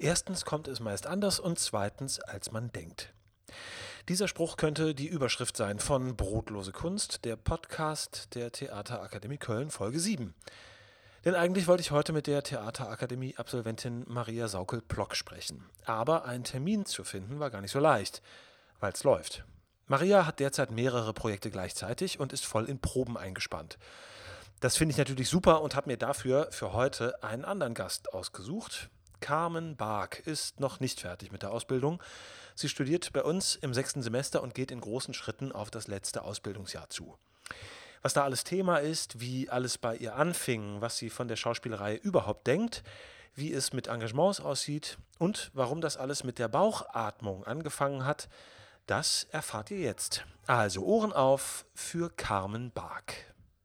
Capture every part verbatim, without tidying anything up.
Erstens kommt es meist anders und zweitens, als man denkt. Dieser Spruch könnte die Überschrift sein von Brotlose Kunst, der Podcast der Theaterakademie Köln, Folge sieben. Denn eigentlich wollte ich heute mit der Theaterakademie-Absolventin Maria Saukel-Plock sprechen. Aber einen Termin zu finden war gar nicht so leicht, weil es läuft. Maria hat derzeit mehrere Projekte gleichzeitig und ist voll in Proben eingespannt. Das finde ich natürlich super und habe mir dafür für heute einen anderen Gast ausgesucht. Carmen Bark ist noch nicht fertig mit der Ausbildung. Sie studiert bei uns im sechsten Semester und geht in großen Schritten auf das letzte Ausbildungsjahr zu. Was da alles Thema ist, wie alles bei ihr anfing, was sie von der Schauspielerei überhaupt denkt, wie es mit Engagements aussieht und warum das alles mit der Bauchatmung angefangen hat, das erfahrt ihr jetzt. Also Ohren auf für Carmen Bark.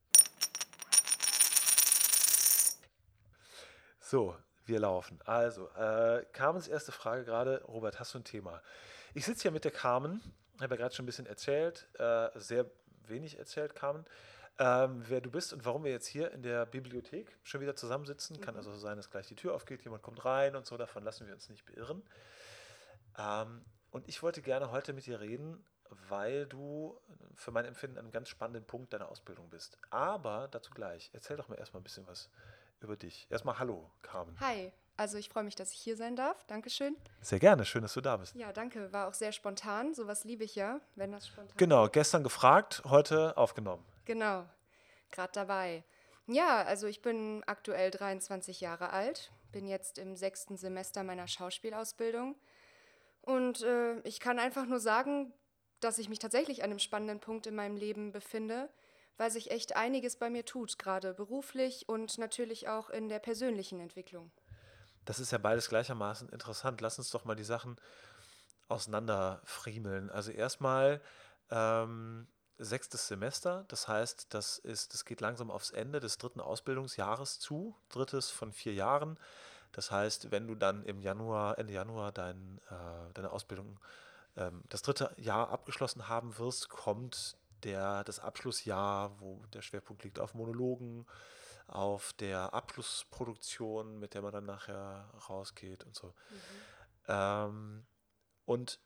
So, wir laufen. Also, äh, Carmens erste Frage gerade. Robert, hast du ein Thema? Ich sitze hier mit der Carmen, habe ja gerade schon ein bisschen erzählt, äh, sehr wenig erzählt, Carmen, ähm, wer du bist und warum wir jetzt hier in der Bibliothek schon wieder zusammensitzen. Mhm. Kann also sein, dass gleich die Tür aufgeht, jemand kommt rein und so, davon lassen wir uns nicht beirren. Ähm, und ich wollte gerne heute mit dir reden, weil du für mein Empfinden an einem ganz spannenden Punkt deiner Ausbildung bist. Aber dazu gleich. Erzähl doch mal erstmal ein bisschen was über dich. Erstmal hallo, Carmen. Hi, also ich freue mich, dass ich hier sein darf. Dankeschön. Sehr gerne, schön, dass du da bist. Ja, danke. War auch sehr spontan. Sowas liebe ich ja, wenn das spontan Genau, geht. gestern gefragt, heute aufgenommen. Genau, gerade dabei. Ja, also ich bin aktuell dreiundzwanzig Jahre alt, bin jetzt im sechsten Semester meiner Schauspielausbildung und äh, ich kann einfach nur sagen, dass ich mich tatsächlich an einem spannenden Punkt in meinem Leben befinde, weil sich echt einiges bei mir tut, gerade beruflich und natürlich auch in der persönlichen Entwicklung. Das ist ja beides gleichermaßen interessant. Lass uns doch mal die Sachen auseinanderfriemeln. Also erstmal ähm, sechstes Semester, das heißt, das ist, das geht langsam aufs Ende des dritten Ausbildungsjahres zu, drittes von vier Jahren. Das heißt, wenn du dann im Januar, Ende Januar dein, äh, deine Ausbildung, ähm, das dritte Jahr abgeschlossen haben wirst, kommt der, das Abschlussjahr, wo der Schwerpunkt liegt auf Monologen, auf der Abschlussproduktion, mit der man dann nachher rausgeht und so. Mhm. Ähm, und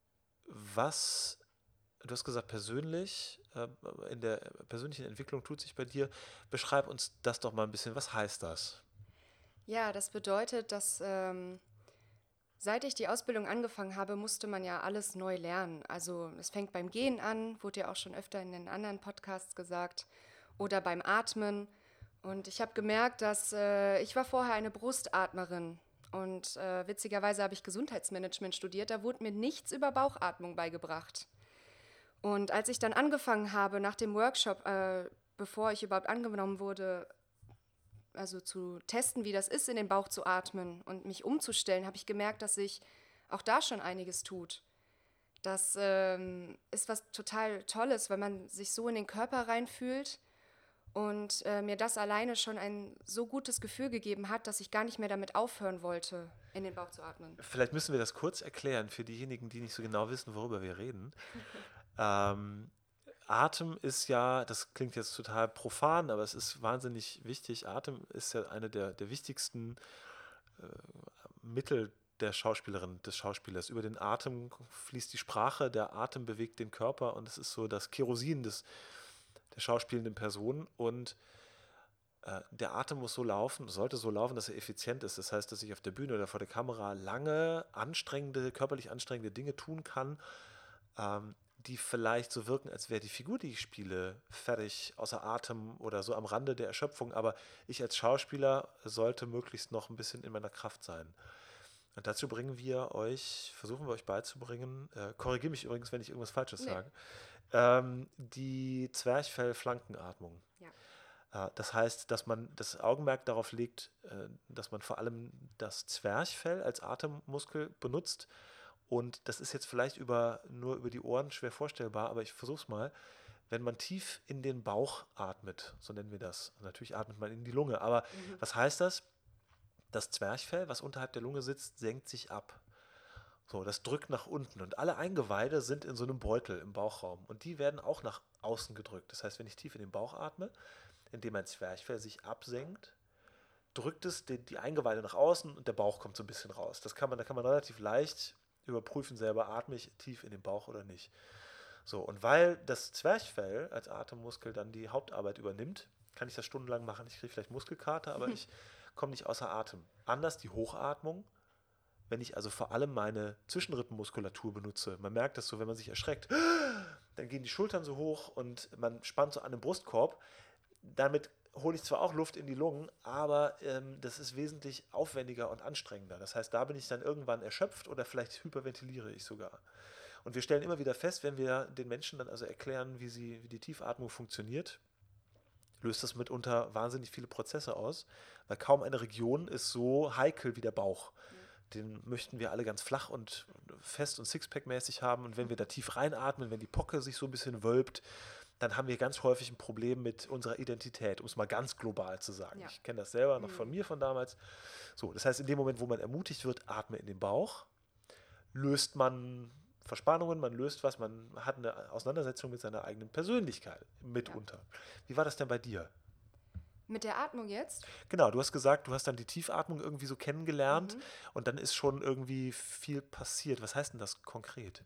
was, du hast gesagt, persönlich, äh, in der persönlichen Entwicklung tut sich bei dir. Beschreib uns das doch mal ein bisschen. Was heißt das? Ja, das bedeutet, dass ähm, seit ich die Ausbildung angefangen habe, musste man ja alles neu lernen. Also es fängt beim Gehen an, wurde ja auch schon öfter in den anderen Podcasts gesagt, oder beim Atmen. Und ich habe gemerkt, dass äh, ich war vorher eine Brustatmerin und äh, witzigerweise habe ich Gesundheitsmanagement studiert. Da wurde mir nichts über Bauchatmung beigebracht. Und als ich dann angefangen habe, nach dem Workshop, äh, bevor ich überhaupt angenommen wurde, also zu testen, wie das ist, in den Bauch zu atmen und mich umzustellen, habe ich gemerkt, dass sich auch da schon einiges tut. Das ähm, ist was total Tolles, weil man sich so in den Körper reinfühlt und äh, mir das alleine schon ein so gutes Gefühl gegeben hat, dass ich gar nicht mehr damit aufhören wollte, in den Bauch zu atmen. Vielleicht müssen wir das kurz erklären für diejenigen, die nicht so genau wissen, worüber wir reden. ähm, Atem ist ja, das klingt jetzt total profan, aber es ist wahnsinnig wichtig. Atem ist ja eine der, der wichtigsten äh, Mittel der Schauspielerin, des Schauspielers. Über den Atem fließt die Sprache, der Atem bewegt den Körper und es ist so das Kerosin des, der schauspielenden Person. Und äh, der Atem muss so laufen, sollte so laufen, dass er effizient ist. Das heißt, dass ich auf der Bühne oder vor der Kamera lange, anstrengende, körperlich anstrengende Dinge tun kann, ähm, die vielleicht so wirken, als wäre die Figur, die ich spiele, fertig, außer Atem oder so am Rande der Erschöpfung. Aber ich als Schauspieler sollte möglichst noch ein bisschen in meiner Kraft sein. Und dazu bringen wir euch, versuchen wir euch beizubringen, äh, korrigiere mich übrigens, wenn ich irgendwas Falsches Nee. sage, ähm, die Zwerchfell-Flankenatmung. Ja. Äh, das heißt, dass man das Augenmerk darauf legt, äh, dass man vor allem das Zwerchfell als Atemmuskel benutzt. Und das ist jetzt vielleicht über, nur über die Ohren schwer vorstellbar, aber ich versuche es mal. Wenn man tief in den Bauch atmet, so nennen wir das, natürlich atmet man in die Lunge, aber Mhm. was heißt das? Das Zwerchfell, was unterhalb der Lunge sitzt, senkt sich ab. So, das drückt nach unten und alle Eingeweide sind in so einem Beutel im Bauchraum und die werden auch nach außen gedrückt. Das heißt, wenn ich tief in den Bauch atme, indem mein Zwerchfell sich absenkt, drückt es die, die Eingeweide nach außen und der Bauch kommt so ein bisschen raus. Das kann man, da kann man relativ leicht überprüfen selber, atme ich tief in den Bauch oder nicht. So, und weil das Zwerchfell als Atemmuskel dann die Hauptarbeit übernimmt, kann ich das stundenlang machen. Ich kriege vielleicht Muskelkater, aber ich komme nicht außer Atem. Anders die Hochatmung, wenn ich also vor allem meine Zwischenrippenmuskulatur benutze. Man merkt das so, wenn man sich erschreckt, dann gehen die Schultern so hoch und man spannt so an den Brustkorb. Damit hole ich zwar auch Luft in die Lungen, aber ähm, das ist wesentlich aufwendiger und anstrengender. Das heißt, da bin ich dann irgendwann erschöpft oder vielleicht hyperventiliere ich sogar. Und wir stellen immer wieder fest, wenn wir den Menschen dann also erklären, wie, sie, wie die Tiefatmung funktioniert, löst das mitunter wahnsinnig viele Prozesse aus, weil kaum eine Region ist so heikel wie der Bauch. Den möchten wir alle ganz flach und fest und Sixpack-mäßig haben. Und wenn wir da tief reinatmen, wenn die Pocke sich so ein bisschen wölbt, dann haben wir ganz häufig ein Problem mit unserer Identität, um es mal ganz global zu sagen. Ja. Ich kenne das selber noch mhm. von mir von damals. So, das heißt, in dem Moment, wo man ermutigt wird, atme in den Bauch, löst man Verspannungen, man löst was, man hat eine Auseinandersetzung mit seiner eigenen Persönlichkeit mitunter. Ja. Wie war das denn bei dir? Mit der Atmung jetzt? Genau, du hast gesagt, du hast dann die Tiefatmung irgendwie so kennengelernt mhm. und dann ist schon irgendwie viel passiert. Was heißt denn das konkret?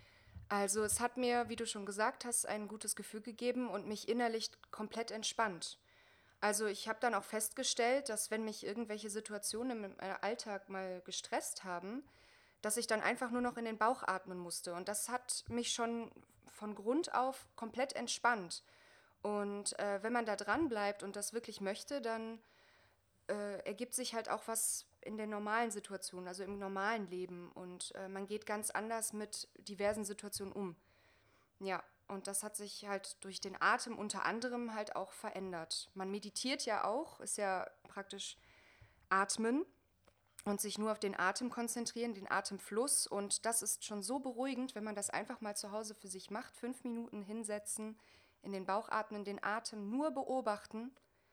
Also es hat mir, wie du schon gesagt hast, ein gutes Gefühl gegeben und mich innerlich komplett entspannt. Also ich habe dann auch festgestellt, dass wenn mich irgendwelche Situationen im Alltag mal gestresst haben, dass ich dann einfach nur noch in den Bauch atmen musste. Und das hat mich schon von Grund auf komplett entspannt. Und äh, wenn man da dran bleibt und das wirklich möchte, dann äh, ergibt sich halt auch was in den normalen Situationen, also im normalen Leben. Und äh, man geht ganz anders mit diversen Situationen um. Ja, und das hat sich halt durch den Atem unter anderem halt auch verändert. Man meditiert ja auch, ist ja praktisch Atmen und sich nur auf den Atem konzentrieren, den Atemfluss. Und das ist schon so beruhigend, wenn man das einfach mal zu Hause für sich macht, fünf Minuten hinsetzen, in den Bauch atmen, den Atem nur beobachten,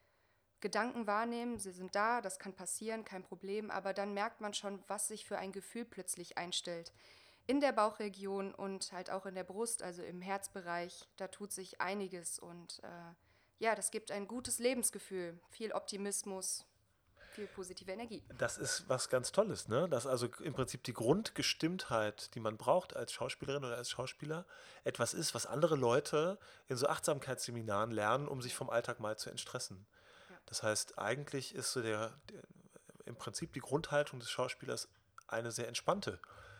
Gedanken wahrnehmen, sie sind da, das kann passieren, kein Problem, aber dann merkt man schon, was sich für ein Gefühl plötzlich einstellt. In der Bauchregion und halt auch in der Brust, also im Herzbereich, da tut sich einiges und äh, ja, das gibt ein gutes Lebensgefühl, viel Optimismus, viel positive Energie. Das ist was ganz Tolles, ne? Dass also im Prinzip die Grundgestimmtheit, die man braucht als Schauspielerin oder als Schauspieler, etwas ist, was andere Leute in so Achtsamkeitsseminaren lernen, um sich vom Alltag mal zu entstressen. Ja. Das heißt, eigentlich ist so der, der im Prinzip die Grundhaltung des Schauspielers eine sehr entspannte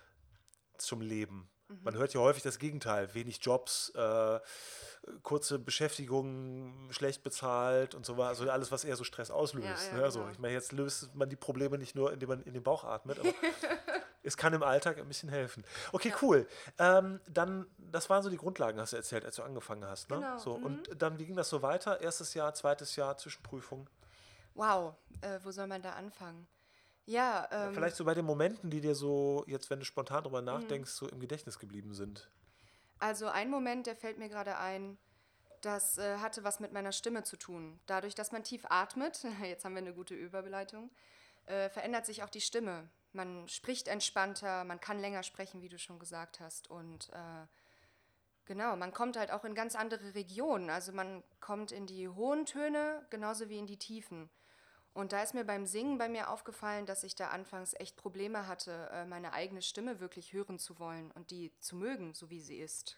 zum Leben. Mhm. Man hört ja häufig das Gegenteil, wenig Jobs, äh, kurze Beschäftigung, schlecht bezahlt und so weiter, also alles, was eher so Stress auslöst. Ja, ja, ne? Also, genau. Ich meine, jetzt löst man die Probleme nicht nur, indem man in den Bauch atmet, aber es kann im Alltag ein bisschen helfen. Okay, ja. Cool. Ähm, dann, das waren so die Grundlagen, hast du erzählt, als du angefangen hast. Ne? Genau. So, mhm. Und dann, wie ging das so weiter? Erstes Jahr, zweites Jahr, Zwischenprüfung? Wow, äh, wo soll man da anfangen? Ja, ähm, ja, vielleicht so bei den Momenten, die dir so, jetzt wenn du spontan drüber nachdenkst, so im Gedächtnis geblieben sind. Also ein Moment, der fällt mir gerade ein, das äh, hatte was mit meiner Stimme zu tun. Dadurch, dass man tief atmet, jetzt haben wir eine gute Überleitung, äh, verändert sich auch die Stimme. Man spricht entspannter, man kann länger sprechen, wie du schon gesagt hast. Und äh, genau, man kommt halt auch in ganz andere Regionen. Also man kommt in die hohen Töne genauso wie in die tiefen. Und da ist mir beim Singen bei mir aufgefallen, dass ich da anfangs echt Probleme hatte, meine eigene Stimme wirklich hören zu wollen und die zu mögen, so wie sie ist.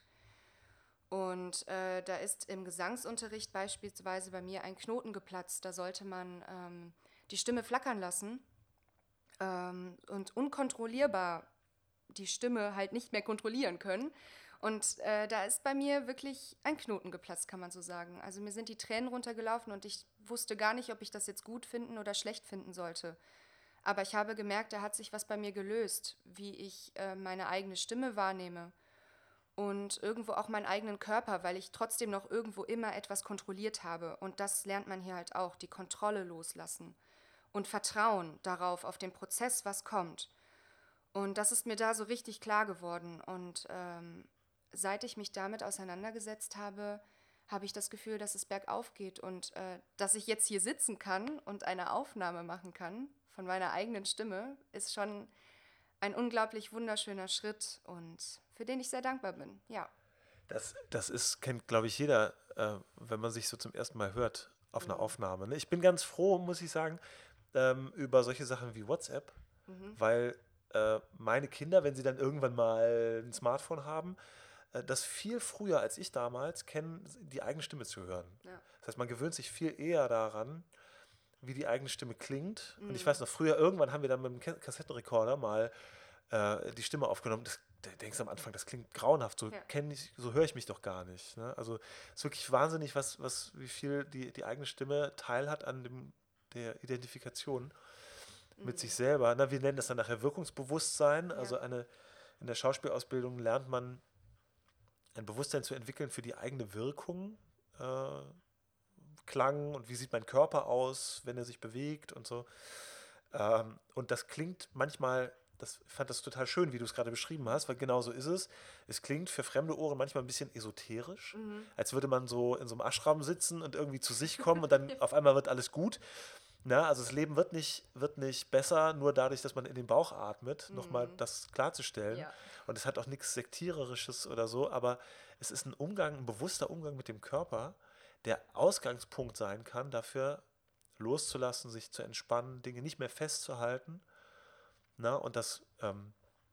Und äh, da ist im Gesangsunterricht beispielsweise bei mir ein Knoten geplatzt. Da sollte man ähm, die Stimme flackern lassen ähm, und unkontrollierbar die Stimme halt nicht mehr kontrollieren können. Und äh, da ist bei mir wirklich ein Knoten geplatzt, kann man so sagen. Also mir sind die Tränen runtergelaufen und ich wusste gar nicht, ob ich das jetzt gut finden oder schlecht finden sollte. Aber ich habe gemerkt, da hat sich was bei mir gelöst, wie ich äh, meine eigene Stimme wahrnehme und irgendwo auch meinen eigenen Körper, weil ich trotzdem noch irgendwo immer etwas kontrolliert habe. Und das lernt man hier halt auch, die Kontrolle loslassen und Vertrauen darauf, auf den Prozess, was kommt. Und das ist mir da so richtig klar geworden. Und ähm, seit ich mich damit auseinandergesetzt habe, habe ich das Gefühl, dass es bergauf geht und äh, dass ich jetzt hier sitzen kann und eine Aufnahme machen kann von meiner eigenen Stimme, ist schon ein unglaublich wunderschöner Schritt und für den ich sehr dankbar bin, ja. Das, das ist, kennt, glaube ich, jeder, äh, wenn man sich so zum ersten Mal hört auf einer mhm. Aufnahme. Ne? Ich bin ganz froh, muss ich sagen, ähm, über solche Sachen wie WhatsApp, Mhm. weil äh, meine Kinder, wenn sie dann irgendwann mal ein Smartphone haben, äh, das viel früher als ich damals kennen, die eigene Stimme zu hören. Ja. Das heißt, man gewöhnt sich viel eher daran, wie die eigene Stimme klingt. Und ich Mhm. weiß noch, früher, irgendwann haben wir dann mit dem Ka- Kassettenrekorder mal äh, die Stimme aufgenommen. Das, da denkst du am Anfang, das klingt grauenhaft, so Ja. kenn ich, so höre ich mich doch gar nicht. Ne? Also es ist wirklich wahnsinnig, was, was, wie viel die, die eigene Stimme teil hat an dem, der Identifikation mit sich Mhm. selber. Na, wir nennen das dann nachher Wirkungsbewusstsein. Ja. Also eine, in der Schauspielausbildung lernt man ein Bewusstsein zu entwickeln für die eigene Wirkung, äh, Klang und wie sieht mein Körper aus, wenn er sich bewegt und so. Ähm, und das klingt manchmal, das ich fand das total schön, wie du es gerade beschrieben hast, weil genau so ist es. Es klingt für fremde Ohren manchmal ein bisschen esoterisch, Mhm. als würde man so in so einem Ashram sitzen und irgendwie zu sich kommen und dann auf einmal wird alles gut. Na, also das Leben wird nicht, wird nicht besser, nur dadurch, dass man in den Bauch atmet, nochmal Mhm. das klarzustellen. Ja. Und es hat auch nichts Sektiererisches oder so, aber es ist ein Umgang, ein bewusster Umgang mit dem Körper, der Ausgangspunkt sein kann, dafür loszulassen, sich zu entspannen, Dinge nicht mehr festzuhalten. Na, und das, ähm,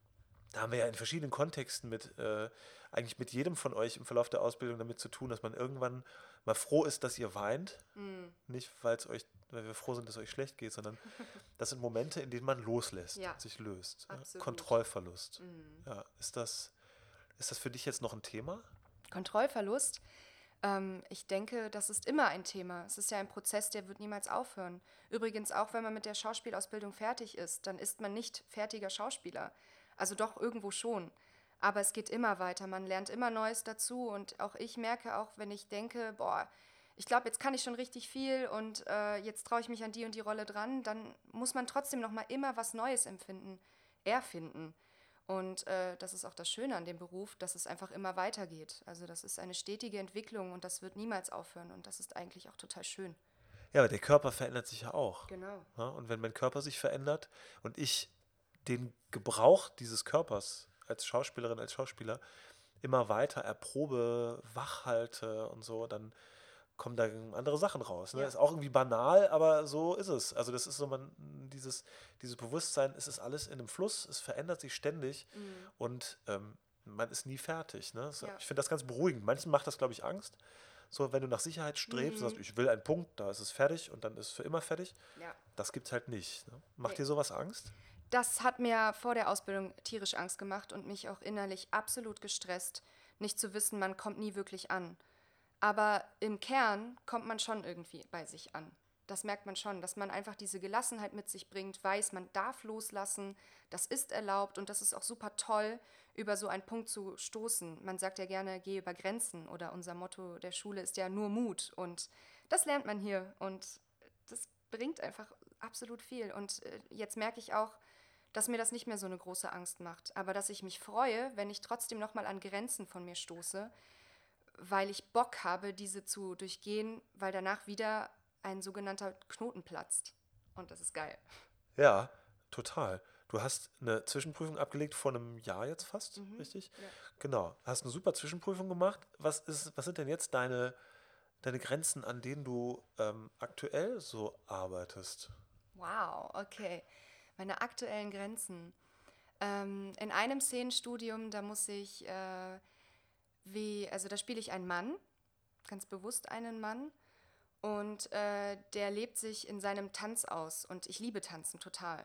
da haben wir ja in verschiedenen Kontexten mit, äh, eigentlich mit jedem von euch im Verlauf der Ausbildung damit zu tun, dass man irgendwann mal froh ist, dass ihr weint. Mhm. Nicht, weil es euch, weil wir froh sind, dass es euch schlecht geht, sondern das sind Momente, in denen man loslässt, Ja, sich löst. Ja? absolut. Kontrollverlust. Mhm. Ja, ist das, ist das für dich jetzt noch ein Thema? Kontrollverlust. Ähm, ich denke, das ist immer ein Thema. Es ist ja ein Prozess, der wird niemals aufhören. Übrigens, auch wenn man mit der Schauspielausbildung fertig ist, dann ist man nicht fertiger Schauspieler. Also doch irgendwo schon. Aber es geht immer weiter. Man lernt immer Neues dazu. Und auch ich merke, auch wenn ich denke, boah, ich glaube, jetzt kann ich schon richtig viel und äh, jetzt traue ich mich an die und die Rolle dran, dann muss man trotzdem noch mal immer was Neues empfinden, erfinden. Und äh, das ist auch das Schöne an dem Beruf, dass es einfach immer weitergeht. Also das ist eine stetige Entwicklung und das wird niemals aufhören. Und das ist eigentlich auch total schön. Ja, aber der Körper verändert sich ja auch. Genau. Ja? Und wenn mein Körper sich verändert und ich den Gebrauch dieses Körpers als Schauspielerin, als Schauspieler immer weiter erprobe, wach halte und so, dann kommen da andere Sachen raus. Ne? Ja. Ist auch irgendwie banal, aber so ist es. Also das ist so, man, dieses, dieses Bewusstsein, es ist alles in einem Fluss, es verändert sich ständig Mhm. und ähm, man ist nie fertig. Ne? So, Ja. ich finde das ganz beruhigend. Manchen macht das, glaube ich, Angst. So, wenn du nach Sicherheit strebst, Mhm. sagst, ich will einen Punkt, da ist es fertig und dann ist es für immer fertig. Ja. Das gibt es halt nicht. Ne? Macht Nee. dir sowas Angst? Das hat mir vor der Ausbildung tierisch Angst gemacht und mich auch innerlich absolut gestresst, nicht zu wissen, man kommt nie wirklich an. Aber im Kern kommt man schon irgendwie bei sich an. Das merkt man schon, dass man einfach diese Gelassenheit mit sich bringt, weiß, man darf loslassen, das ist erlaubt und das ist auch super toll, über so einen Punkt zu stoßen. Man sagt ja gerne, geh über Grenzen oder unser Motto der Schule ist ja nur Mut und das lernt man hier und das bringt einfach absolut viel. Und äh, jetzt merke ich auch, dass mir das nicht mehr so eine große Angst macht, aber dass ich mich freue, wenn ich trotzdem nochmal an Grenzen von mir stoße, weil ich Bock habe, diese zu durchgehen, weil danach wieder ein sogenannter Knoten platzt. Und das ist geil. Ja, total. Du hast eine Zwischenprüfung abgelegt vor einem Jahr jetzt fast, Mhm. richtig? Ja. Genau. Hast eine super Zwischenprüfung gemacht. Was ist, was sind denn jetzt deine, deine Grenzen, an denen du ähm, aktuell so arbeitest? Wow, okay. Meine aktuellen Grenzen. Ähm, in einem Szenenstudium, da muss ich, äh, wie, also da spiele ich einen Mann, ganz bewusst einen Mann. Und äh, der lebt sich in seinem Tanz aus. Und ich liebe Tanzen total.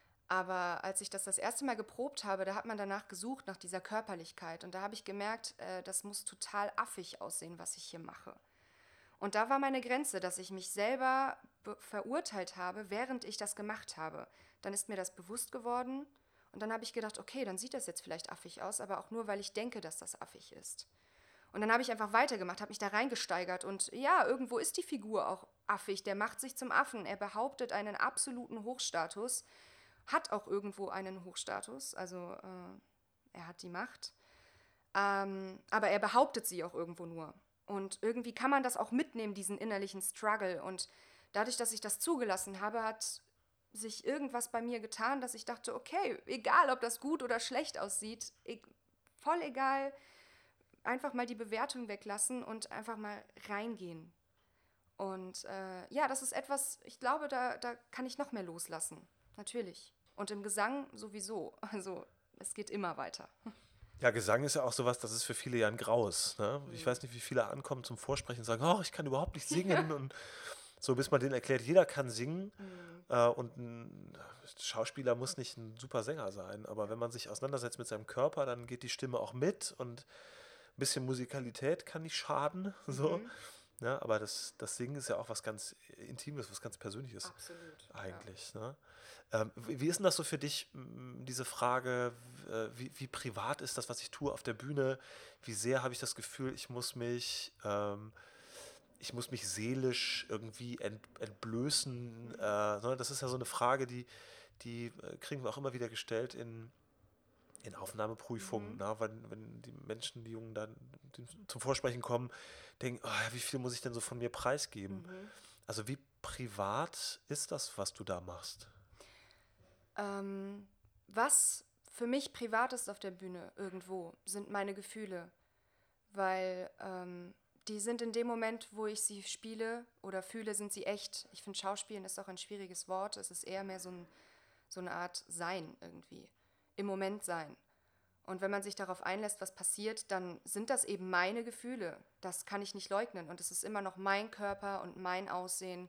Aber als ich das das erste Mal geprobt habe, da hat man danach gesucht, nach dieser Körperlichkeit. Und da habe ich gemerkt, äh, das muss total affig aussehen, was ich hier mache. Und da war meine Grenze, dass ich mich selber be- verurteilt habe, während ich das gemacht habe. Dann ist mir das bewusst geworden. Und dann habe ich gedacht, okay, dann sieht das jetzt vielleicht affig aus, aber auch nur, weil ich denke, dass das affig ist. Und dann habe ich einfach weitergemacht, habe mich da reingesteigert. Und ja, irgendwo ist die Figur auch affig. Der macht sich zum Affen. Er behauptet einen absoluten Hochstatus, hat auch irgendwo einen Hochstatus. Also äh, er hat die Macht. Ähm, aber er behauptet sie auch irgendwo nur. Und irgendwie kann man das auch mitnehmen, diesen innerlichen Struggle. Und dadurch, dass ich das zugelassen habe, hat sich irgendwas bei mir getan, dass ich dachte, okay, egal, ob das gut oder schlecht aussieht, e- voll egal, einfach mal die Bewertung weglassen und einfach mal reingehen. Und äh, ja, das ist etwas, ich glaube, da, da kann ich noch mehr loslassen. Natürlich. Und im Gesang sowieso. Also es geht immer weiter. Ja, Gesang ist ja auch sowas, das ist für viele ja ein Graus. Ne? Ich Mhm. weiß nicht, wie viele ankommen zum Vorsprechen und sagen, oh, ich kann überhaupt nicht singen. Und so, bis man denen erklärt, jeder kann singen. Mhm. Äh, und ein Schauspieler muss nicht ein super Sänger sein. Aber wenn man sich auseinandersetzt mit seinem Körper, dann geht die Stimme auch mit. Und ein bisschen Musikalität kann nicht schaden. So. Mhm. Ja, aber das, das Singen ist ja auch was ganz Intimes, was ganz Persönliches Absolut. eigentlich. Ne? Ähm, wie, wie ist denn das so für dich, m, diese Frage, äh, wie, wie privat ist das, was ich tue auf der Bühne? Wie sehr habe ich das Gefühl, ich muss mich, ähm, ich muss mich seelisch irgendwie ent, entblößen? Äh, ne? Das ist ja so eine Frage, die, die äh, kriegen wir auch immer wieder gestellt in, in Aufnahmeprüfungen, Mhm. na, wenn, wenn die Menschen, die Jungen dann die zum Vorsprechen kommen, denken, ah, ja, wie viel muss ich denn so von mir preisgeben? Mhm. Also wie privat ist das, was du da machst? Ähm, was für mich privat ist auf der Bühne irgendwo, sind meine Gefühle. Weil ähm, die sind in dem Moment, wo ich sie spiele oder fühle, sind sie echt. Ich finde, Schauspielen ist auch ein schwieriges Wort. Es ist eher mehr so, ein, so eine Art Sein irgendwie. Im Moment sein. Und wenn man sich darauf einlässt, was passiert, dann sind das eben meine Gefühle. Das kann ich nicht leugnen. Und es ist immer noch mein Körper und mein Aussehen.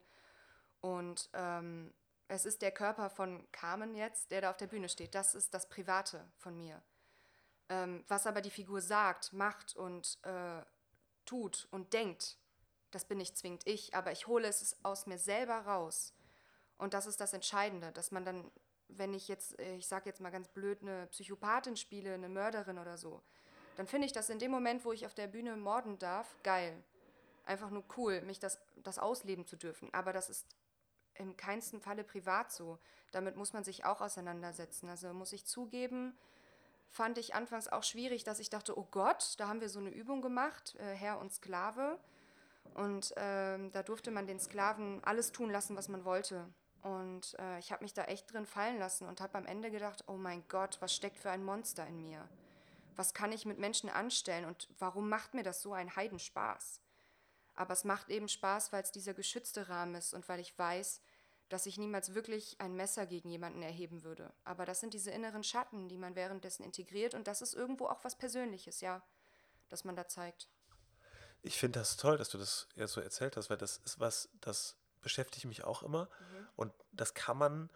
Und ähm, es ist der Körper von Carmen jetzt, der da auf der Bühne steht. Das ist das Private von mir. Ähm, was aber die Figur sagt, macht und äh, tut und denkt, das bin nicht zwingend ich, aber ich hole es aus mir selber raus. Und das ist das Entscheidende, dass man dann, wenn ich jetzt, äh, ich sage jetzt mal ganz blöd, eine Psychopathin spiele, eine Mörderin oder so, dann finde ich das in dem Moment, wo ich auf der Bühne morden darf, geil. Einfach nur cool, mich das, das ausleben zu dürfen. Aber das ist im keinsten Falle privat so. Damit muss man sich auch auseinandersetzen. Also muss ich zugeben, fand ich anfangs auch schwierig, dass ich dachte, oh Gott, da haben wir so eine Übung gemacht, äh, Herr und Sklave. Und ähm, da durfte man den Sklaven alles tun lassen, was man wollte. Und äh, ich habe mich da echt drin fallen lassen und habe am Ende gedacht, oh mein Gott, was steckt für ein Monster in mir? Was kann ich mit Menschen anstellen und warum macht mir das so einen Heidenspaß? Aber es macht eben Spaß, weil es dieser geschützte Rahmen ist und weil ich weiß, dass ich niemals wirklich ein Messer gegen jemanden erheben würde. Aber das sind diese inneren Schatten, die man währenddessen integriert und das ist irgendwo auch was Persönliches, ja, das man da zeigt. Ich finde das toll, dass du das jetzt so erzählt hast, weil das ist was, das beschäftigt mich auch immer. Mhm. Und das kann man,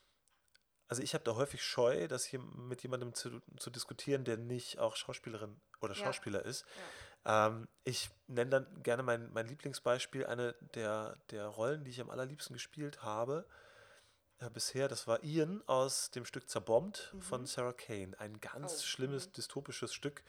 also ich habe da häufig Scheu, das hier mit jemandem zu, zu diskutieren, der nicht auch Schauspielerin oder Ja, Schauspieler ist. ja. Ähm, ich nenne dann gerne mein, mein Lieblingsbeispiel, eine der, der Rollen, die ich am allerliebsten gespielt habe äh, bisher. Das war Ian aus dem Stück Zerbombt von Mhm. Sarah Kane. Ein ganz Oh. schlimmes, Mhm. dystopisches Stück.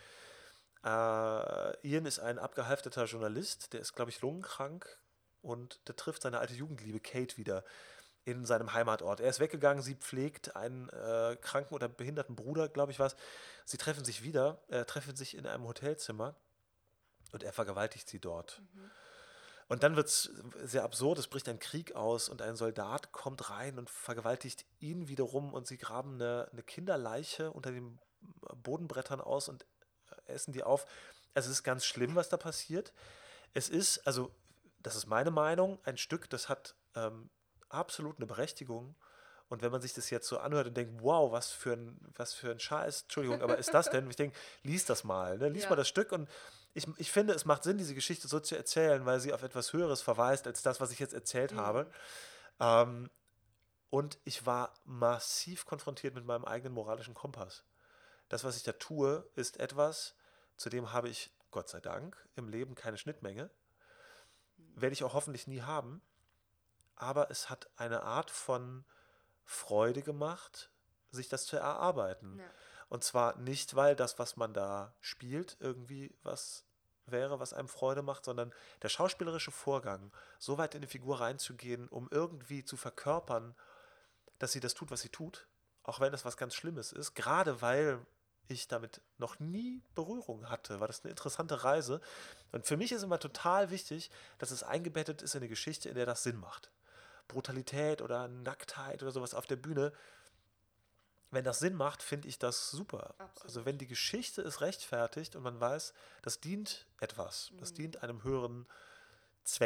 Äh, Ian ist ein abgehalfterter Journalist, der ist, glaube ich, lungenkrank und der trifft seine alte Jugendliebe Kate wieder in seinem Heimatort. Er ist weggegangen, sie pflegt einen äh, kranken oder behinderten Bruder, glaube ich was. Sie treffen sich wieder, äh, treffen sich in einem Hotelzimmer und er vergewaltigt sie dort. Mhm. Und dann wird es sehr absurd, es bricht ein Krieg aus und ein Soldat kommt rein und vergewaltigt ihn wiederum und sie graben eine, eine Kinderleiche unter den Bodenbrettern aus und essen die auf. Also es ist ganz schlimm, was da passiert. Es ist, also das ist meine Meinung, ein Stück, das hat ähm, absolut eine Berechtigung. Und wenn man sich das jetzt so anhört und denkt, wow, was für ein, was für ein Scheiß, Entschuldigung, aber ist das denn? Und ich denke, lies das mal, ne? Lies mal Ja. das Stück und ich, ich finde, es macht Sinn, diese Geschichte so zu erzählen, weil sie auf etwas Höheres verweist, als das, was ich jetzt erzählt habe. Mhm. Ähm, und ich war massiv konfrontiert mit meinem eigenen moralischen Kompass. Das, was ich da tue, ist etwas, zu dem habe ich, Gott sei Dank, im Leben keine Schnittmenge. Werde ich auch hoffentlich nie haben. Aber es hat eine Art von Freude gemacht, sich das zu erarbeiten. Ja. Und zwar nicht, weil das, was man da spielt, irgendwie was wäre, was einem Freude macht, sondern der schauspielerische Vorgang, so weit in die Figur reinzugehen, um irgendwie zu verkörpern, dass sie das tut, was sie tut, auch wenn das was ganz Schlimmes ist, gerade weil ich damit noch nie Berührung hatte, war das eine interessante Reise. Und für mich ist immer total wichtig, dass es eingebettet ist in eine Geschichte, in der das Sinn macht. Brutalität oder Nacktheit oder sowas auf der Bühne, wenn das Sinn macht, finde ich das super. Absolut. Also wenn die Geschichte es rechtfertigt und man weiß, das dient etwas, das Mhm. dient einem höheren Zweck.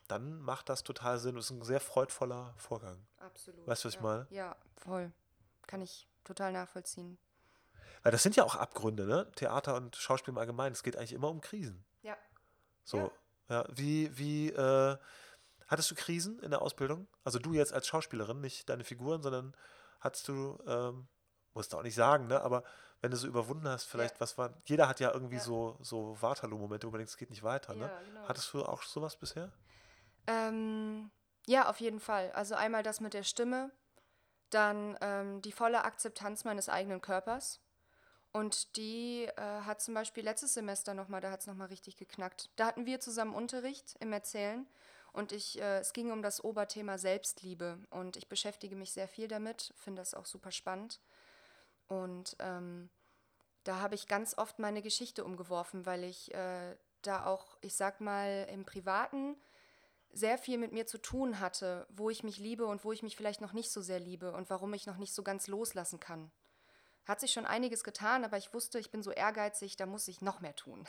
dann macht das total Sinn. Das ist ein sehr freudvoller Vorgang. Absolut. Weißt du, was ja. ich meine? Ja, voll. Kann ich total nachvollziehen. Weil das sind ja auch Abgründe, ne? Theater und Schauspiel im Allgemeinen. Es geht eigentlich immer um Krisen. Ja. So, ja. Wie, wie, äh, hattest du Krisen in der Ausbildung? Also du jetzt als Schauspielerin, nicht deine Figuren, sondern hattest du, ähm, musst du auch nicht sagen, ne? Aber wenn du so überwunden hast, vielleicht, Ja. was war, jeder hat ja irgendwie Ja. so, so Waterloo-Momente, wo man denkt, es geht nicht weiter, ne? Ja, genau. Hattest du auch sowas bisher? Ähm, ja, auf jeden Fall. Also einmal das mit der Stimme, dann ähm, die volle Akzeptanz meines eigenen Körpers. Und die äh, hat zum Beispiel letztes Semester nochmal, da hat es nochmal richtig geknackt. Da hatten wir zusammen Unterricht im Erzählen und ich, äh, es ging um das Oberthema Selbstliebe und ich beschäftige mich sehr viel damit, finde das auch super spannend. Und ähm, da habe ich ganz oft meine Geschichte umgeworfen, weil ich äh, da auch, ich sag mal, im Privaten sehr viel mit mir zu tun hatte, wo ich mich liebe und wo ich mich vielleicht noch nicht so sehr liebe und warum ich noch nicht so ganz loslassen kann. Hat sich schon einiges getan, aber ich wusste, ich bin so ehrgeizig, da muss ich noch mehr tun.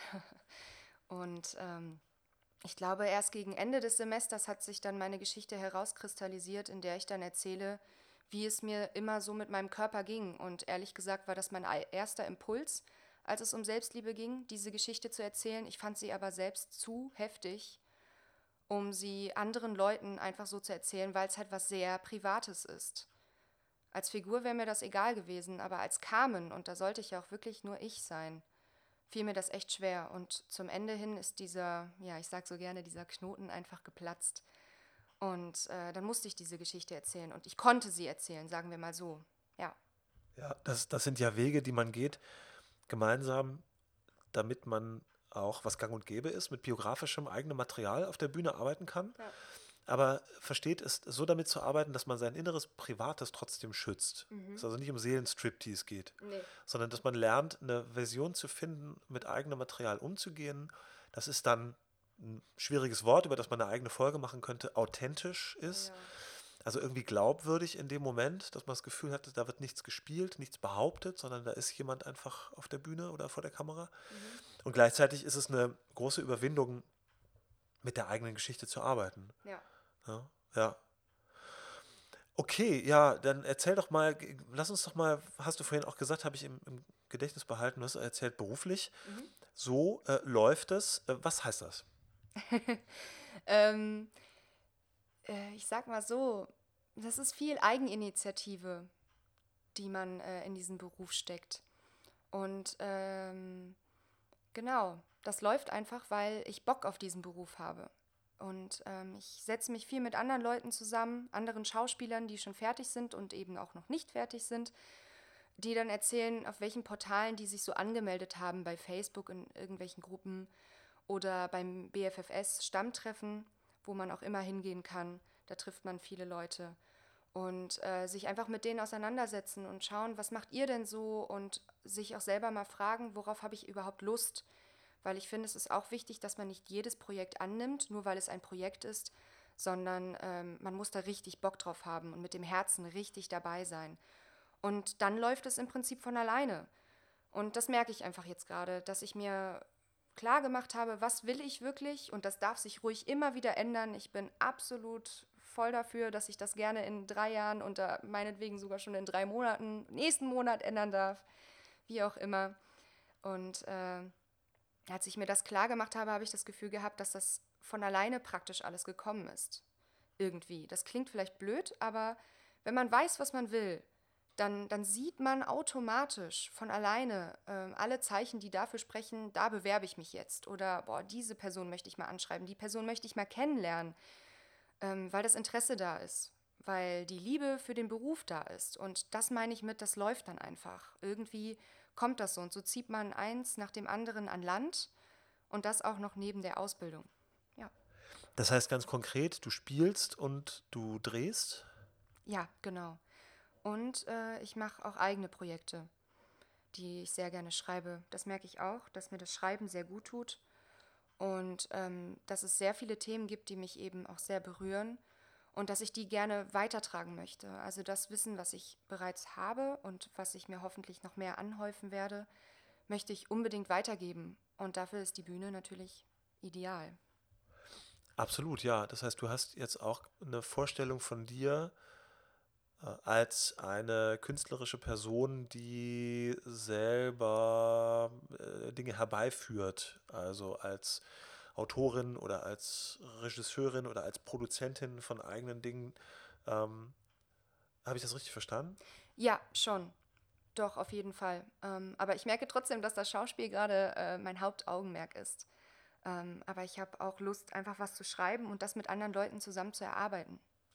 Und ähm, ich glaube, erst gegen Ende des Semesters hat sich dann meine Geschichte herauskristallisiert, in der ich dann erzähle, wie es mir immer so mit meinem Körper ging. Und ehrlich gesagt war das mein erster Impuls, als es um Selbstliebe ging, diese Geschichte zu erzählen. Ich fand sie aber selbst zu heftig, um sie anderen Leuten einfach so zu erzählen, weil es halt was sehr Privates ist. Als Figur wäre mir das egal gewesen, aber als Carmen, und da sollte ich ja auch wirklich nur ich sein, fiel mir das echt schwer. Und zum Ende hin ist dieser, ja, ich sag so gerne, dieser Knoten einfach geplatzt. Und äh, dann musste ich diese Geschichte erzählen und ich konnte sie erzählen, sagen wir mal so. Ja. Ja, das, das sind ja Wege, die man geht, gemeinsam, damit man auch, was gang und gäbe ist, mit biografischem eigenem Material auf der Bühne arbeiten kann. Ja. Aber versteht es, so damit zu arbeiten, dass man sein inneres Privates trotzdem schützt. Mhm. Es also nicht um Seelenstriptease geht, Nee. sondern dass man lernt, eine Version zu finden, mit eigenem Material umzugehen. Das ist dann ein schwieriges Wort, über das man eine eigene Folge machen könnte, authentisch ist. Ja. Also irgendwie glaubwürdig in dem Moment, dass man das Gefühl hat, da wird nichts gespielt, nichts behauptet, sondern da ist jemand einfach auf der Bühne oder vor der Kamera. Mhm. Und gleichzeitig ist es eine große Überwindung, mit der eigenen Geschichte zu arbeiten. Ja. Ja, ja. Okay, ja, dann erzähl doch mal, g- lass uns doch mal, hast du vorhin auch gesagt, habe ich im, im Gedächtnis behalten, du hast erzählt beruflich. Mhm. So äh, läuft es. Äh, was heißt das? ähm, äh, ich sag mal so, das ist viel Eigeninitiative, die man äh, in diesen Beruf steckt. Und ähm, genau, das läuft einfach, weil ich Bock auf diesen Beruf habe. Und ähm, ich setze mich viel mit anderen Leuten zusammen, anderen Schauspielern, die schon fertig sind und eben auch noch nicht fertig sind, die dann erzählen, auf welchen Portalen die sich so angemeldet haben, bei Facebook in irgendwelchen Gruppen oder beim B F F S-Stammtreffen, wo man auch immer hingehen kann. Da trifft man viele Leute. Und äh, sich einfach mit denen auseinandersetzen und schauen, was macht ihr denn so? Und sich auch selber mal fragen, worauf habe ich überhaupt Lust? Weil ich finde, es ist auch wichtig, dass man nicht jedes Projekt annimmt, nur weil es ein Projekt ist, sondern ähm, man muss da richtig Bock drauf haben und mit dem Herzen richtig dabei sein. Und dann läuft es im Prinzip von alleine. Und das merke ich einfach jetzt gerade, dass ich mir klar gemacht habe, was will ich wirklich, und das darf sich ruhig immer wieder ändern. Ich bin absolut voll dafür, dass ich das gerne in drei Jahren und da meinetwegen sogar schon in drei Monaten, nächsten Monat ändern darf, wie auch immer. Und äh, als ich mir das klar gemacht habe, habe ich das Gefühl gehabt, dass das von alleine praktisch alles gekommen ist. Irgendwie. Das klingt vielleicht blöd, aber wenn man weiß, was man will, dann, dann sieht man automatisch von alleine ähm, alle Zeichen, die dafür sprechen, da bewerbe ich mich jetzt. Oder, boah, diese Person möchte ich mal anschreiben, die Person möchte ich mal kennenlernen, ähm, weil das Interesse da ist, weil die Liebe für den Beruf da ist. Und das meine ich mit, das läuft dann einfach. Irgendwie kommt das so. Und so zieht man eins nach dem anderen an Land und das auch noch neben der Ausbildung. Ja, Das heißt ganz konkret, du spielst und du drehst. ja, genau. Und äh, ich mache auch eigene Projekte, die ich sehr gerne schreibe. Das merke ich auch, dass mir das Schreiben sehr gut tut und ähm, dass es sehr viele Themen gibt, die mich eben auch sehr berühren und dass ich die gerne weitertragen möchte. Also das Wissen, was ich bereits habe und was ich mir hoffentlich noch mehr anhäufen werde, möchte ich unbedingt weitergeben. Und dafür ist die Bühne natürlich ideal. Absolut, ja. Das heißt, du hast jetzt auch eine Vorstellung von dir äh, als eine künstlerische Person, die selber äh, Dinge herbeiführt, also als Autorin oder als Regisseurin oder als Produzentin von eigenen Dingen. Ähm, Habe ich das richtig verstanden? Ja, schon. Doch, auf jeden Fall. Ähm, aber ich merke trotzdem, dass das Schauspiel gerade äh, mein Hauptaugenmerk ist. Ähm, aber ich habe auch Lust, einfach was zu schreiben und das mit anderen Leuten zusammen zu erarbeiten.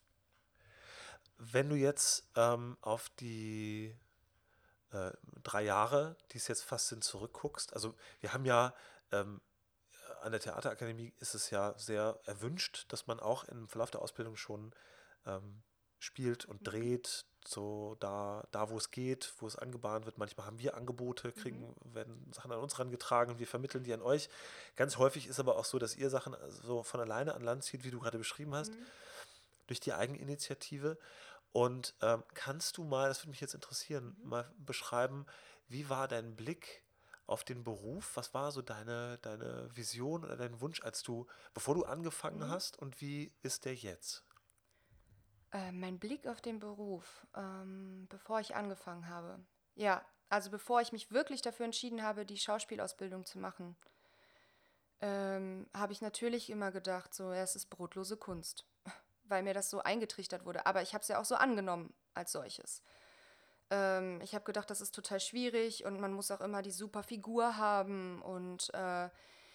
Wenn du jetzt ähm, auf die äh, drei Jahre, die es jetzt fast sind, zurückguckst, also wir haben ja ähm, an der Theaterakademie ist es ja sehr erwünscht, dass man auch im Verlauf der Ausbildung schon ähm, spielt und Mhm. dreht, so da, da, wo es geht, wo es angebahnt wird. Manchmal haben wir Angebote, Mhm. kriegen, werden Sachen an uns herangetragen und wir vermitteln die an euch. Ganz häufig ist aber auch so, dass ihr Sachen so von alleine an Land zieht, wie du gerade beschrieben hast, Mhm. durch die Eigeninitiative. Und ähm, kannst du mal, das würde mich jetzt interessieren, Mhm. mal beschreiben, wie war dein Blick auf den Beruf? Was war so deine, deine Vision oder dein Wunsch, als du, bevor du angefangen Mhm. hast, und wie ist der jetzt? Äh, mein Blick auf den Beruf, ähm, bevor ich angefangen habe. Ja, also bevor ich mich wirklich dafür entschieden habe, die Schauspielausbildung zu machen, ähm, habe ich natürlich immer gedacht, so, ja, es ist brotlose Kunst, weil mir das so eingetrichtert wurde. Aber ich habe es ja auch so angenommen als solches. Ähm, ich habe gedacht, das ist total schwierig und man muss auch immer die super Figur haben und äh,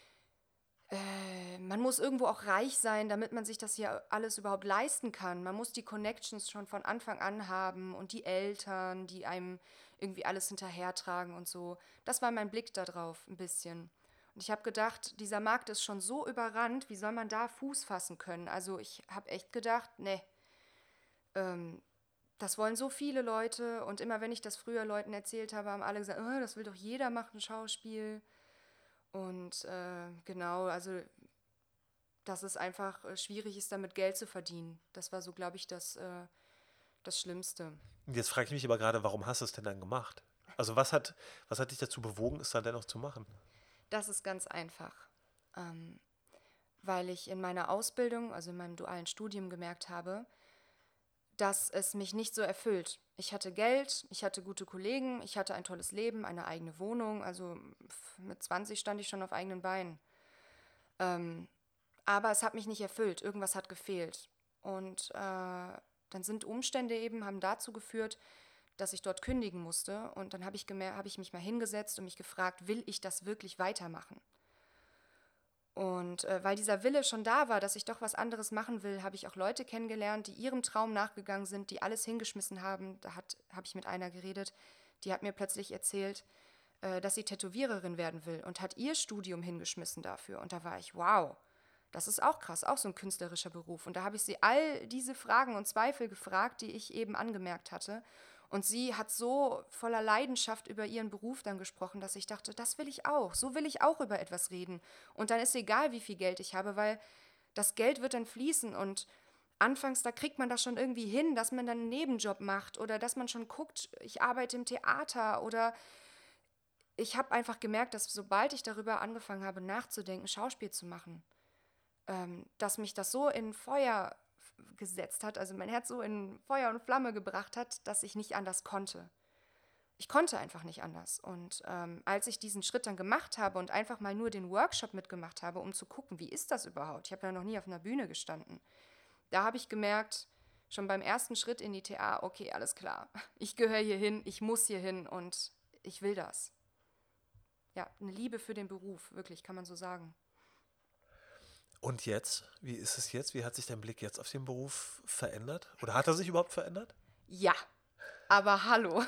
äh, man muss irgendwo auch reich sein, damit man sich das hier alles überhaupt leisten kann. Man muss die Connections schon von Anfang an haben und die Eltern, die einem irgendwie alles hinterhertragen und so. Das war mein Blick darauf ein bisschen. Und ich habe gedacht, dieser Markt ist schon so überrannt, wie soll man da Fuß fassen können? Also ich habe echt gedacht, nee, ähm, das wollen so viele Leute. Und immer wenn ich das früher Leuten erzählt habe, haben alle gesagt, oh, das will doch jeder machen, Schauspiel. Und äh, genau, also dass es einfach äh, schwierig ist, damit Geld zu verdienen. Das war so, glaube ich, das, äh, das Schlimmste. Und jetzt frage ich mich aber gerade, warum hast du es denn dann gemacht? Also was hat, was hat dich dazu bewogen, es dann dennoch zu machen? Das ist ganz einfach, ähm, weil ich in meiner Ausbildung, also in meinem dualen Studium gemerkt habe, dass es mich nicht so erfüllt. Ich hatte Geld, ich hatte gute Kollegen, ich hatte ein tolles Leben, eine eigene Wohnung. Also mit zwanzig stand ich schon auf eigenen Beinen. Ähm, aber es hat mich nicht erfüllt. Irgendwas hat gefehlt. Und äh, dann sind Umstände eben, haben dazu geführt, dass ich dort kündigen musste. Und dann habe ich, gemer- hab ich mich mal hingesetzt und mich gefragt, will ich das wirklich weitermachen? Und äh, weil dieser Wille schon da war, dass ich doch was anderes machen will, habe ich auch Leute kennengelernt, die ihrem Traum nachgegangen sind, die alles hingeschmissen haben. Da habe ich mit einer geredet, die hat mir plötzlich erzählt, äh, dass sie Tätowiererin werden will und hat ihr Studium hingeschmissen dafür. Und da war ich, wow, das ist auch krass, auch so ein künstlerischer Beruf. Und da habe ich sie all diese Fragen und Zweifel gefragt, die ich eben angemerkt hatte. Und sie hat so voller Leidenschaft über ihren Beruf dann gesprochen, dass ich dachte, das will ich auch. So will ich auch über etwas reden. Und dann ist egal, wie viel Geld ich habe, weil das Geld wird dann fließen. Und anfangs, da kriegt man das schon irgendwie hin, dass man dann einen Nebenjob macht oder dass man schon guckt, ich arbeite im Theater oder ich habe einfach gemerkt, dass sobald ich darüber angefangen habe nachzudenken, Schauspiel zu machen, ähm, dass mich das so in Feuer gesetzt hat, also mein Herz so in Feuer und Flamme gebracht hat, dass ich nicht anders konnte. Ich konnte einfach nicht anders. Und ähm, als ich diesen Schritt dann gemacht habe und einfach mal nur den Workshop mitgemacht habe, um zu gucken, wie ist das überhaupt? Ich habe ja noch nie auf einer Bühne gestanden. Da habe ich gemerkt, schon beim ersten Schritt in die T A, okay, alles klar. Ich gehöre hier hin, ich muss hier hin und ich will das. Ja, eine Liebe für den Beruf, wirklich, kann man so sagen. Und jetzt? Wie ist es jetzt? Wie hat sich dein Blick jetzt auf den Beruf verändert? Oder hat er sich überhaupt verändert? Ja, aber hallo.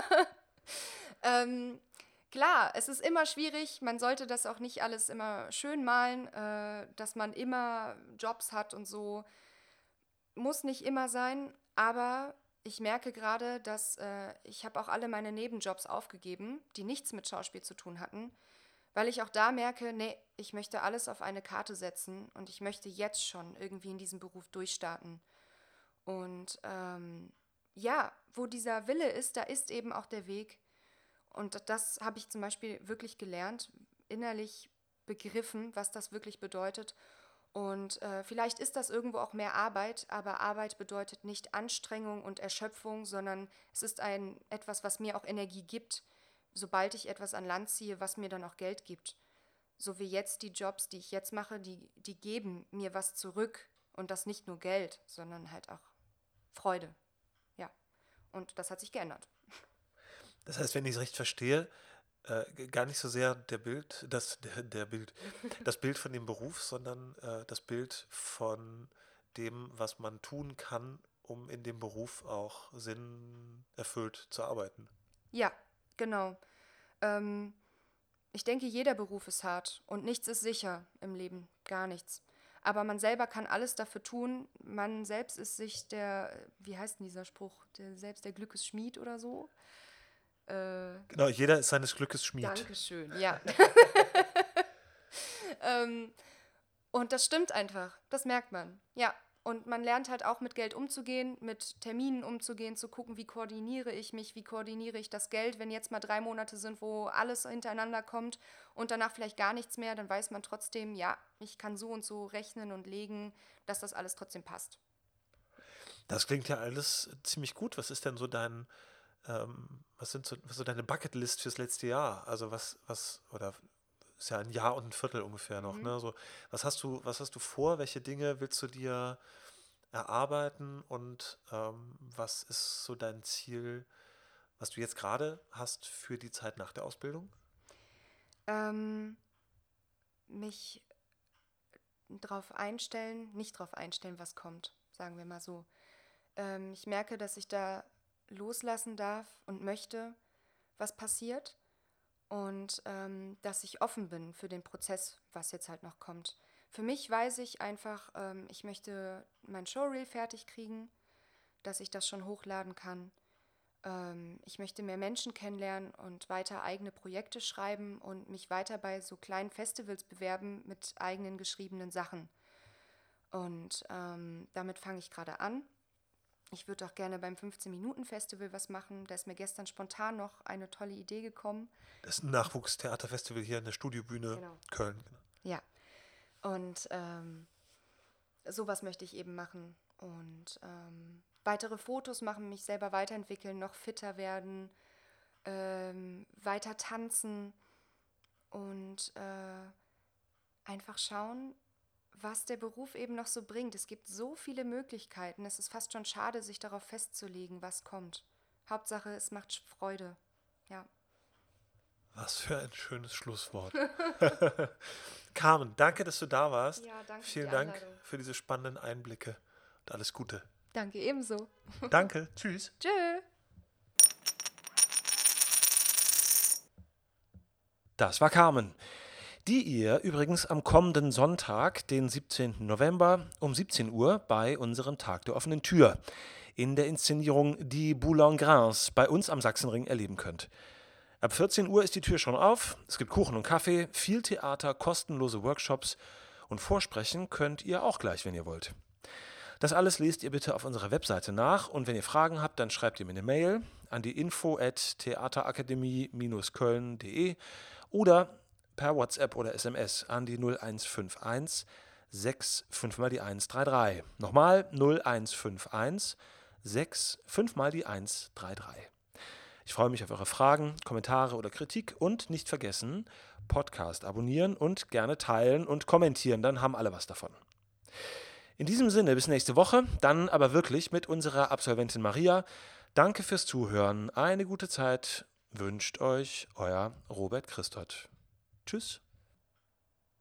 ähm, klar, es ist immer schwierig, man sollte das auch nicht alles immer schön malen, äh, dass man immer Jobs hat und so. Muss nicht immer sein, aber ich merke gerade, dass äh, ich habe auch alle meine Nebenjobs aufgegeben, die nichts mit Schauspiel zu tun hatten, weil ich auch da merke, nee, ich möchte alles auf eine Karte setzen und ich möchte jetzt schon irgendwie in diesem Beruf durchstarten. Und ähm, ja, wo dieser Wille ist, da ist eben auch der Weg. Und das habe ich zum Beispiel wirklich gelernt, innerlich begriffen, was das wirklich bedeutet. Und äh, vielleicht ist das irgendwo auch mehr Arbeit, aber Arbeit bedeutet nicht Anstrengung und Erschöpfung, sondern es ist ein, etwas, was mir auch Energie gibt, sobald ich etwas an Land ziehe, was mir dann auch Geld gibt. So wie jetzt die Jobs, die ich jetzt mache, die, die geben mir was zurück und das nicht nur Geld, sondern halt auch Freude. Ja, und das hat sich geändert. Das heißt, wenn ich es recht verstehe, äh, gar nicht so sehr der Bild, das, der, der Bild, das Bild von dem Beruf, sondern äh, das Bild von dem, was man tun kann, um in dem Beruf auch sinnerfüllt zu arbeiten. Ja, genau. Ähm, ich denke, jeder Beruf ist hart und nichts ist sicher im Leben, gar nichts. Aber man selber kann alles dafür tun. Man selbst ist sich der, wie heißt denn dieser Spruch, der, selbst der Glückes Schmied oder so? Äh, Genau, jeder ist seines Glückes Schmied. Dankeschön, ja. ähm, und das stimmt einfach, das merkt man, ja. Und man lernt halt auch mit Geld umzugehen, mit Terminen umzugehen, zu gucken, wie koordiniere ich mich, wie koordiniere ich das Geld. Wenn jetzt mal drei Monate sind, wo alles hintereinander kommt und danach vielleicht gar nichts mehr, dann weiß man trotzdem, ja, ich kann so und so rechnen und legen, dass das alles trotzdem passt. Das klingt ja alles ziemlich gut. Was ist denn so dein, ähm, was sind so, was ist so deine Bucketlist fürs letzte Jahr? Also was, was, oder ist ja ein Jahr und ein Viertel ungefähr noch, Mhm. ne? So, was hast du, was hast du vor? Welche Dinge willst du dir erarbeiten und ähm, was ist so dein Ziel, was du jetzt gerade hast für die Zeit nach der Ausbildung? Ähm, mich drauf einstellen, nicht drauf einstellen, was kommt, sagen wir mal so. Ähm, ich merke, dass ich da loslassen darf und möchte, was passiert und ähm, dass ich offen bin für den Prozess, was jetzt halt noch kommt. Für mich weiß ich einfach, ähm, ich möchte mein Showreel fertig kriegen, dass ich das schon hochladen kann. Ähm, ich möchte mehr Menschen kennenlernen und weiter eigene Projekte schreiben und mich weiter bei so kleinen Festivals bewerben mit eigenen geschriebenen Sachen. Und ähm, damit fange ich gerade an. Ich würde auch gerne beim fünfzehn-Minuten-Festival was machen. Da ist mir gestern spontan noch eine tolle Idee gekommen. Das ist ein Nachwuchstheaterfestival hier in der Studiobühne Genau. Köln. Ja, und ähm, sowas möchte ich eben machen. Und ähm, weitere Fotos machen, mich selber weiterentwickeln, noch fitter werden, ähm, weiter tanzen und äh, einfach schauen, was der Beruf eben noch so bringt. Es gibt so viele Möglichkeiten. Es ist fast schon schade, sich darauf festzulegen, was kommt. Hauptsache, es macht Freude. Ja. Was für ein schönes Schlusswort. Carmen, danke, dass du da warst. Ja, danke Vielen für die Dank Einladung. für diese spannenden Einblicke und alles Gute. Danke ebenso. Danke, tschüss. Tschö. Das war Carmen, die ihr übrigens am kommenden Sonntag, den siebzehnten November um siebzehn Uhr bei unserem Tag der offenen Tür in der Inszenierung Die Boulangrins bei uns am Sachsenring erleben könnt. Ab vierzehn Uhr ist die Tür schon auf, es gibt Kuchen und Kaffee, viel Theater, kostenlose Workshops und vorsprechen könnt ihr auch gleich, wenn ihr wollt. Das alles lest ihr bitte auf unserer Webseite nach und wenn ihr Fragen habt, dann schreibt ihr mir eine Mail an die info at theaterakademie köln punkt de oder per WhatsApp oder S M S an die null eins fünf eins sechs fünf mal die eins drei drei. Nochmal null eins fünf eins sechs fünf mal die eins drei drei. Ich freue mich auf eure Fragen, Kommentare oder Kritik und nicht vergessen, Podcast abonnieren und gerne teilen und kommentieren, dann haben alle was davon. In diesem Sinne, bis nächste Woche, dann aber wirklich mit unserer Absolventin Maria. Danke fürs Zuhören, eine gute Zeit wünscht euch euer Robert Christoth. Tschüss.